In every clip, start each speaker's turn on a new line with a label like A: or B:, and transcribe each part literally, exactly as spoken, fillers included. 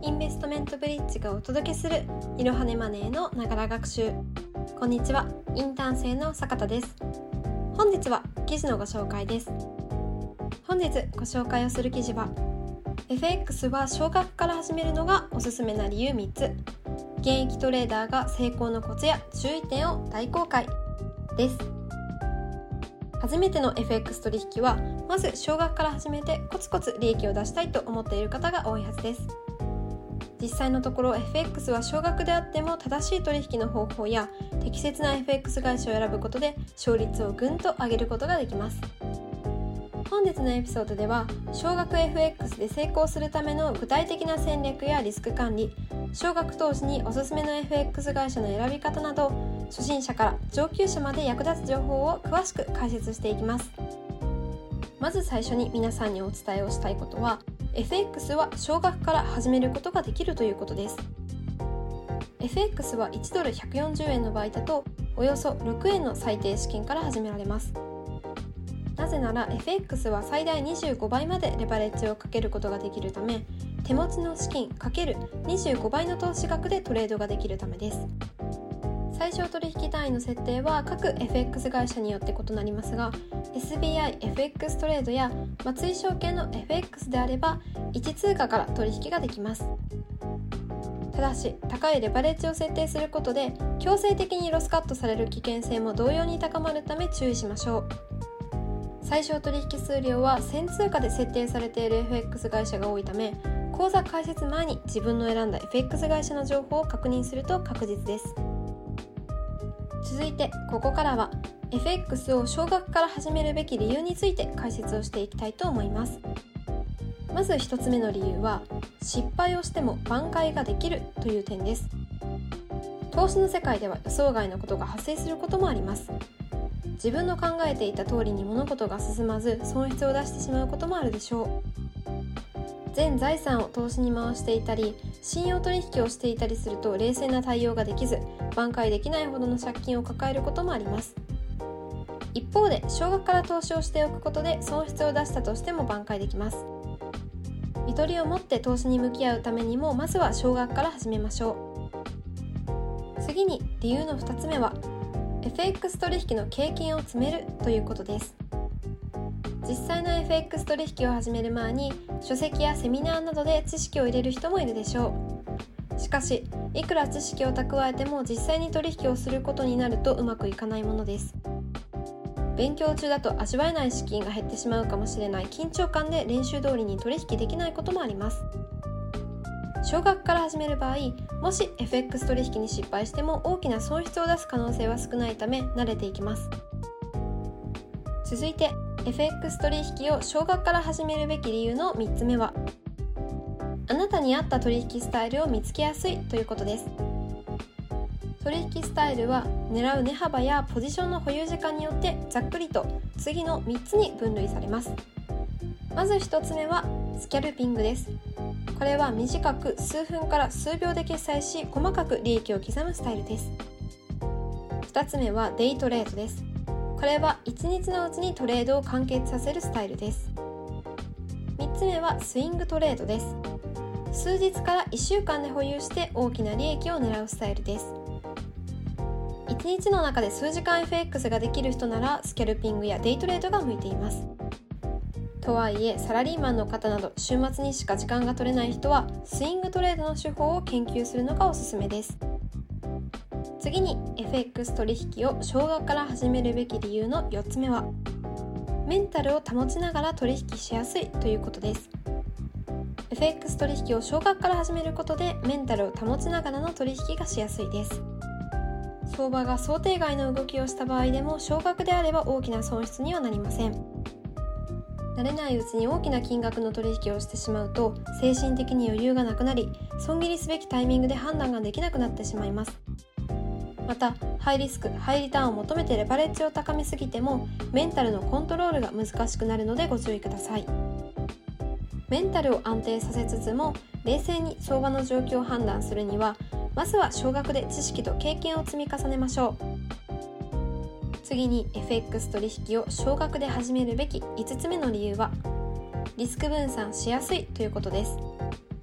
A: インベストメントブリッジがお届けするいろはねマネーのながら学習。こんにちは、インターン生の坂田です。本日は記事のご紹介です。本日ご紹介をする記事は エフエックス は少額から始めるのがおすすめな理由みっつ、現役トレーダーが成功のコツや注意点を大公開です。初めての エフエックス 取引はまず少額から始めてコツコツ利益を出したいと思っている方が多いはずです。実際のところ エフエックス は少額であっても正しい取引の方法や適切な エフエックス 会社を選ぶことで勝率をぐんと上げることができます。本日のエピソードでは少額 エフエックス で成功するための具体的な戦略やリスク管理、少額投資におすすめの エフエックス 会社の選び方など、初心者から上級者まで役立つ情報を詳しく解説していきます。まず最初に皆さんにお伝えをしたいことは、エフエックス は少額から始めることができるということです。 エフエックス はいちドルひゃくよんじゅうえんの場合だとおよそろくえんの最低資金から始められます。なぜなら エフエックス は最大にじゅうごばいまでレバレッジをかけることができるため、手持ちの資金 ×にじゅうごばいの投資額でトレードができるためです。最小取引単位の設定は各 エフエックス 会社によって異なりますが、 エスビーアイ エフエックス トレードや松井証券の エフエックス であればいち通貨から取引ができます。ただし高いレバレッジを設定することで強制的にロスカットされる危険性も同様に高まるため注意しましょう。最小取引数量はせん通貨で設定されている エフエックス 会社が多いため、口座開設前に自分の選んだ エフエックス 会社の情報を確認すると確実です。続いてここからは エフエックス を少額から始めるべき理由について解説をしていきたいと思います。まずひとつめの理由は、失敗をしても挽回ができるという点です。投資の世界では予想外のことが発生することもあります。自分の考えていた通りに物事が進まず損失を出してしまうこともあるでしょう。全財産を投資に回していたり信用取引をしていたりすると冷静な対応ができず挽回できないほどの借金を抱えることもあります。一方で少額から投資をしておくことで損失を出したとしても挽回できます。ゆとりを持って投資に向き合うためにもまずは少額から始めましょう。次に理由のふたつめは エフエックス 取引の経験を積めるということです。実際の エフエックス 取引を始める前に書籍やセミナーなどで知識を入れる人もいるでしょう。しかしいくら知識を蓄えても実際に取引をすることになるとうまくいかないものです。勉強中だと味わえない資金が減ってしまうかもしれない緊張感で練習通りに取引できないこともあります。少額から始める場合、もし エフエックス 取引に失敗しても大きな損失を出す可能性は少ないため慣れていきます。続いてエフエックス 取引を少額から始めるべき理由のみっつめは、あなたに合った取引スタイルを見つけやすいということです。取引スタイルは狙う値幅やポジションの保有時間によってざっくりと次のみっつに分類されます。まずひとつめはスキャルピングです。これは短く数分から数秒で決済し細かく利益を刻むスタイルです。ふたつめはデイトレードです。これはいちにちのうちにトレードを完結させるスタイルです。みっつめはスイングトレードです。数日からいっしゅうかんで保有して大きな利益を狙うスタイルです。いちにちの中で数時間 エフエックス ができる人ならスキャルピングやデイトレードが向いています。とはいえサラリーマンの方など週末にしか時間が取れない人はスイングトレードの手法を研究するのがおすすめです。次に エフエックス 取引を少額から始めるべき理由のよっつめは、メンタルを保ちながら取引しやすいということです。 エフエックス 取引を少額から始めることでメンタルを保ちながらの取引がしやすいです。相場が想定外の動きをした場合でも少額であれば大きな損失にはなりません。慣れないうちに大きな金額の取引をしてしまうと精神的に余裕がなくなり損切りすべきタイミングで判断ができなくなってしまいます。またハイリスクハイリターンを求めてレバレッジを高めすぎてもメンタルのコントロールが難しくなるのでご注意ください。メンタルを安定させつつも冷静に相場の状況を判断するにはまずは少額で知識と経験を積み重ねましょう。次に エフエックス 取引を少額で始めるべきいつつめの理由は、リスク分散しやすいということです。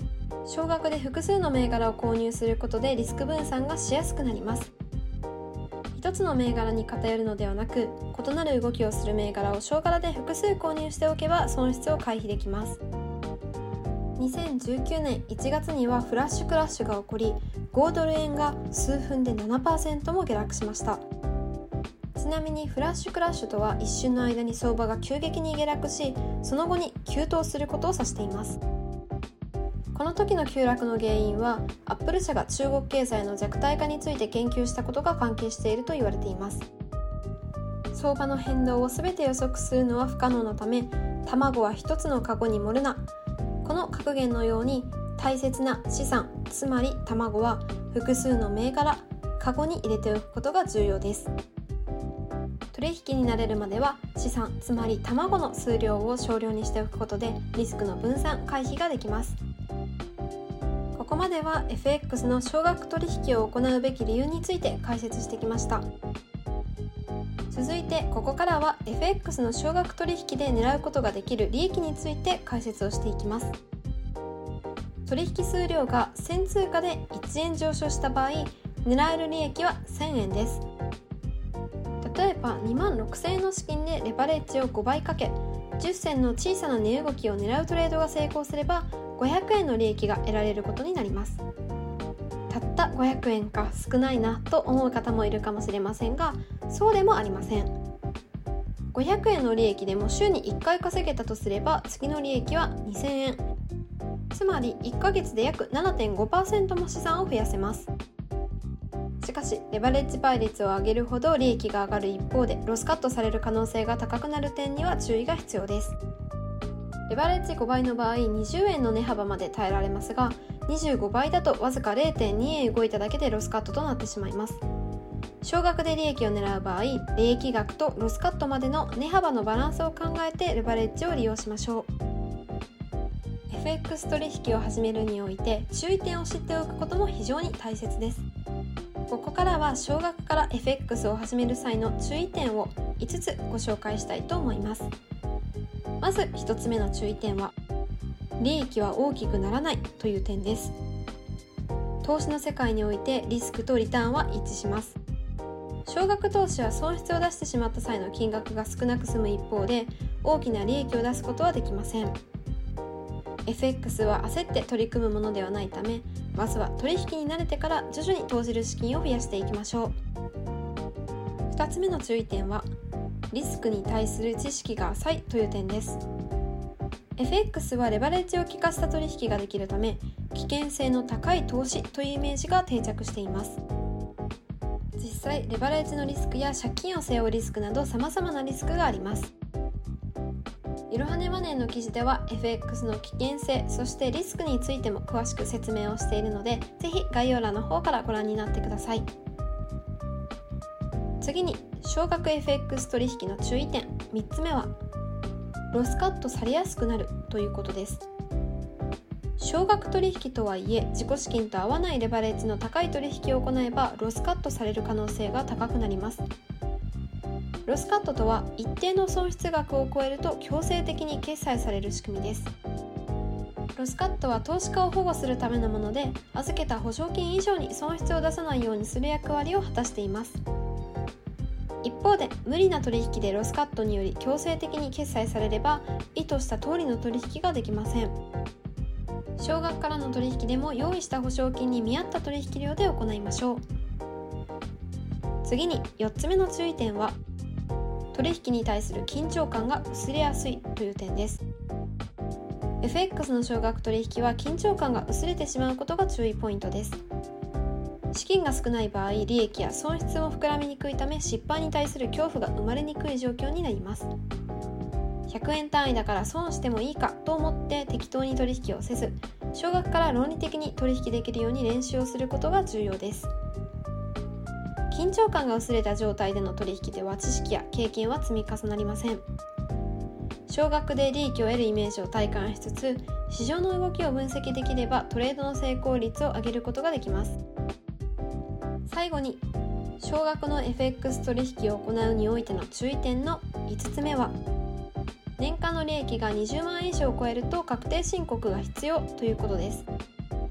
A: 少額で複数の銘柄を購入することでリスク分散がしやすくなります。一つの銘柄に偏るのではなく、異なる動きをする銘柄を少柄で複数購入しておけば損失を回避できます。にせんじゅうきゅうねんいちがつにはフラッシュクラッシュが起こり、ごドル円が数分で ななパーセント も下落しました。ちなみにフラッシュクラッシュとは一瞬の間に相場が急激に下落し、その後に急騰することを指しています。この時の急落の原因は、アップル社が中国経済の弱体化について研究したことが関係していると言われています。相場の変動を全て予測するのは不可能なため、卵は一つのカゴに盛るな、この格言のように大切な資産、つまり卵は複数の銘柄、カゴに入れておくことが重要です。取引に慣れるまでは資産、つまり卵の数量を少量にしておくことでリスクの分散回避ができます。ここまでは エフエックス の少額取引を行うべき理由について解説してきました。続いてここからは エフエックス の少額取引で狙うことができる利益について解説をしていきます。取引数量がせん通貨でいちえん上昇した場合、狙える利益はせんえんです。例えばにまんろくせんえんの資金でレバレッジをごばいかけ、じゅっせんの小さな値動きを狙うトレードが成功すればごひゃくえんの利益が得られることになります。たったごひゃくえんか、少ないなと思う方もいるかもしれませんが、そうでもありません。ごひゃくえんの利益でも週にいっかい稼げたとすれば、月の利益はにせんえん、つまりいっかげつで約 ななてんごパーセント も資産を増やせます。しかしレバレッジ倍率を上げるほど利益が上がる一方で、ロスカットされる可能性が高くなる点には注意が必要です。レバレッジごばいの場合、にじゅうえんの値幅まで耐えられますが、にじゅうごばいだとわずか れいてんにえん動いただけでロスカットとなってしまいます。少額で利益を狙う場合、利益額とロスカットまでの値幅のバランスを考えてレバレッジを利用しましょう。 エフエックス 取引を始めるにおいて注意点を知っておくことも非常に大切です。ここからは少額から エフエックス を始める際の注意点をいつつご紹介したいと思います。まずひとつめの注意点は、利益は大きくならないという点です。投資の世界においてリスクとリターンは一致します。少額投資は損失を出してしまった際の金額が少なく済む一方で、大きな利益を出すことはできません。エフエックス は焦って取り組むものではないため、まずは取引に慣れてから徐々に投じる資金を増やしていきましょう。ふたつめの注意点は、リスクに対する知識が浅いという点です。エフエックス はレバレッジを効かせた取引ができるため、危険性の高い投資というイメージが定着しています。実際レバレッジのリスクや借金を背負うリスクなど様々なリスクがあります。いろはねマネーの記事では エフエックス の危険性、そしてリスクについても詳しく説明をしているので、ぜひ概要欄の方からご覧になってください。次に少額 エフエックス 取引の注意点みっつめは、ロスカットされやすくなるということです。少額取引とはいえ、自己資金と合わないレバレッジの高い取引を行えばロスカットされる可能性が高くなります。ロスカットとは、一定の損失額を超えると強制的に決済される仕組みです。ロスカットは投資家を保護するためのもので、預けた保証金以上に損失を出さないようにする役割を果たしています。一方で、無理な取引でロスカットにより強制的に決済されれば、意図した通りの取引ができません。少額からの取引でも用意した保証金に見合った取引量で行いましょう。次によっつめの注意点は、取引に対する緊張感が薄れやすいという点です。エフエックス の少額取引は緊張感が薄れてしまうことが注意ポイントです。資金が少ない場合、利益や損失も膨らみにくいため、失敗に対する恐怖が生まれにくい状況になります。ひゃくえん単位だから損してもいいかと思って適当に取引をせず、少額から論理的に取引できるように練習をすることが重要です。緊張感が薄れた状態での取引では知識や経験は積み重なりません。少額で利益を得るイメージを体感しつつ、市場の動きを分析できればトレードの成功率を上げることができます。最後に、少額の エフエックス 取引を行うにおいての注意点のいつつめは、年間の利益がにじゅうまんえん以上を超えると確定申告が必要ということです。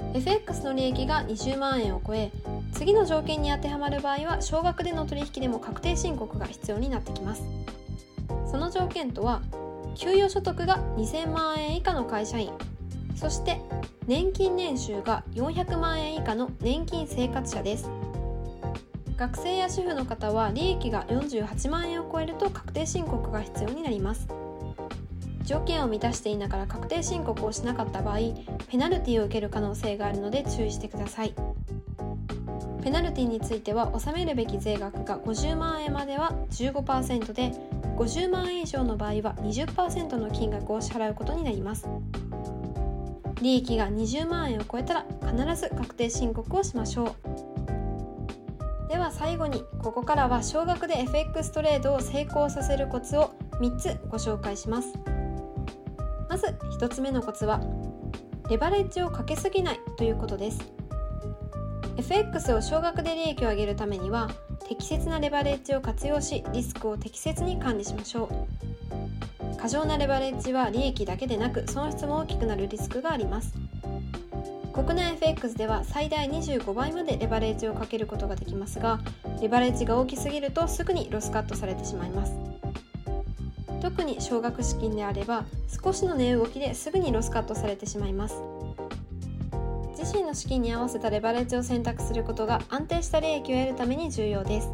A: エフエックス の利益がにじゅうまんえんを超え、次の条件に当てはまる場合は少額での取引でも確定申告が必要になってきます。その条件とは、給与所得がにせんまんえん以下の会社員、そして年金年収がよんひゃくまんえん以下の年金生活者です。学生や主婦の方は利益がよんじゅうはちまんえんを超えると確定申告が必要になります。条件を満たしていながら確定申告をしなかった場合、ペナルティを受ける可能性があるので注意してください。ペナルティについては、納めるべき税額がごじゅうまんえんまでは じゅうごパーセント で、ごじゅうまんえん以上の場合は にじゅっパーセント の金額を支払うことになります。利益がにじゅうまんえんを超えたら必ず確定申告をしましょう。では最後に、ここからは少額で エフエックス トレードを成功させるコツをみっつご紹介します。まずひとつめのコツは、レバレッジをかけすぎないということです。エフエックス を少額で利益を上げるためには、適切なレバレッジを活用し、リスクを適切に管理しましょう。過剰なレバレッジは利益だけでなく損失も大きくなるリスクがあります。国内 エフエックス では最大にじゅうごばいまでレバレッジをかけることができますが、レバレッジが大きすぎるとすぐにロスカットされてしまいます。特に少額資金であれば、少しの値動きですぐにロスカットされてしまいます。自身の資金に合わせたレバレッジを選択することが安定した利益を得るために重要です。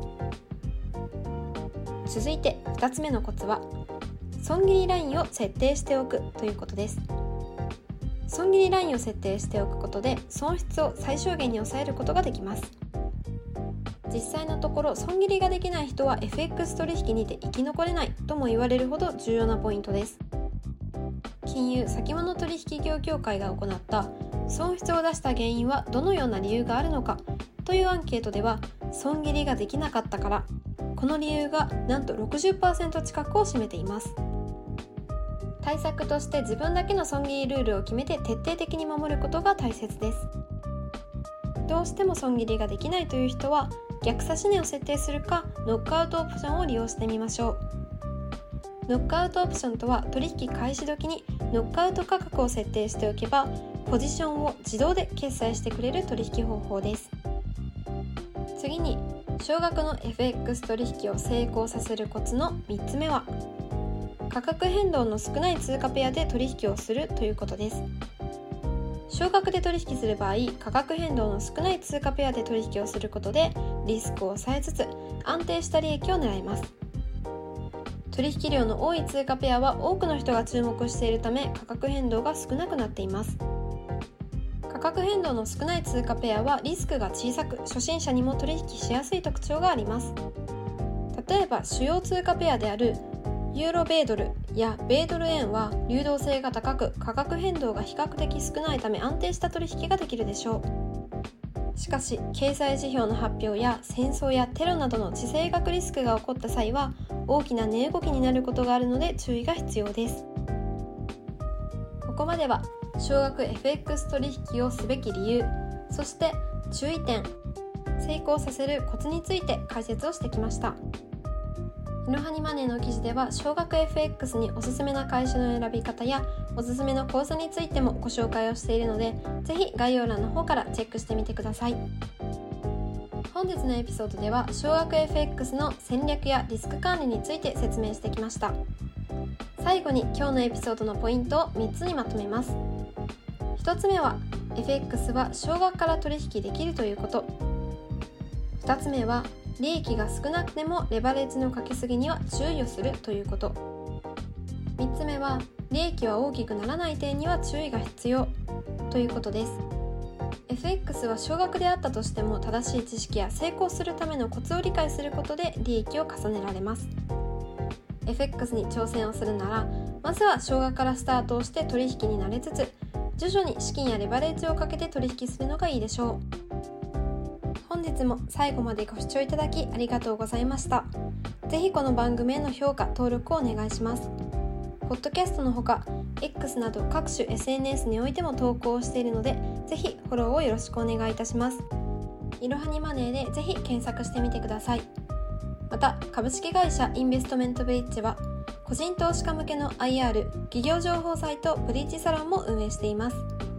A: 続いてふたつめのコツは、損切りラインを設定しておくということです。損切りラインを設定しておくことで、損失を最小限に抑えることができます。実際のところ、損切りができない人は エフエックス 取引にて生き残れないとも言われるほど重要なポイントです。金融先物取引業協会が行った損失を出した原因はどのような理由があるのかというアンケートでは、損切りができなかったから、この理由がなんと ろくじゅっパーセント 近くを占めています。対策として自分だけの損切りルールを決めて徹底的に守ることが大切です。どうしても損切りができないという人は、逆差し値を設定するかノックアウトオプションを利用してみましょう。ノックアウトオプションとは、取引開始時にノックアウト価格を設定しておけば、ポジションを自動で決済してくれる取引方法です。次に、少額の エフエックス 取引を成功させるコツのみっつめは、価格変動の少ない通貨ペアで取引をするということです。少額で取引する場合、価格変動の少ない通貨ペアで取引をすることでリスクを抑えつつ安定した利益を狙います。取引量の多い通貨ペアは多くの人が注目しているため、価格変動が少なくなっています。価格変動の少ない通貨ペアはリスクが小さく、初心者にも取引しやすい特徴があります。例えば主要通貨ペアであるユーロ米ドルや米ドル円は流動性が高く、価格変動が比較的少ないため安定した取引ができるでしょう。しかし、経済指標の発表や戦争やテロなどの地政学リスクが起こった際は大きな値動きになることがあるので注意が必要です。ここまでは少額 エフエックス 取引をすべき理由、そして注意点、成功させるコツについて解説をしてきました。いろはにマネーの記事では、少額 エフエックス におすすめな会社の選び方やおすすめの口座についてもご紹介をしているので、ぜひ概要欄の方からチェックしてみてください。本日のエピソードでは、少額 エフエックス の戦略やリスク管理について説明してきました。最後に今日のエピソードのポイントをみっつにまとめます。ひとつめは、エフエックス は少額から取引できるということ。ふたつめは、利益が少なくてもレバレッジのかけすぎには注意をするということ。みっつめは、利益は大きくならない点には注意が必要ということです。エフエックス は少額であったとしても、正しい知識や成功するためのコツを理解することで利益を重ねられます。エフエックス に挑戦をするなら、まずは少額からスタートをして取引に慣れつつ、徐々に資金やレバレッジをかけて取引するのがいいでしょう。本日も最後までご視聴いただきありがとうございました。ぜひこの番組への評価・登録をお願いします。ポッドキャストのほか、X など各種 エスエヌエス においても投稿をしているので、ぜひフォローをよろしくお願いいたします。いろはにマネーでぜひ検索してみてください。また、株式会社インベストメントブリッジは、個人投資家向けの アイアール 企業情報サイトブリッジサロンも運営しています。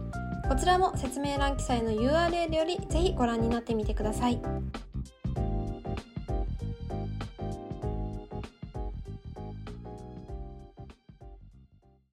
A: こちらも説明欄記載の ユーアールエル よりぜひご覧になってみてください。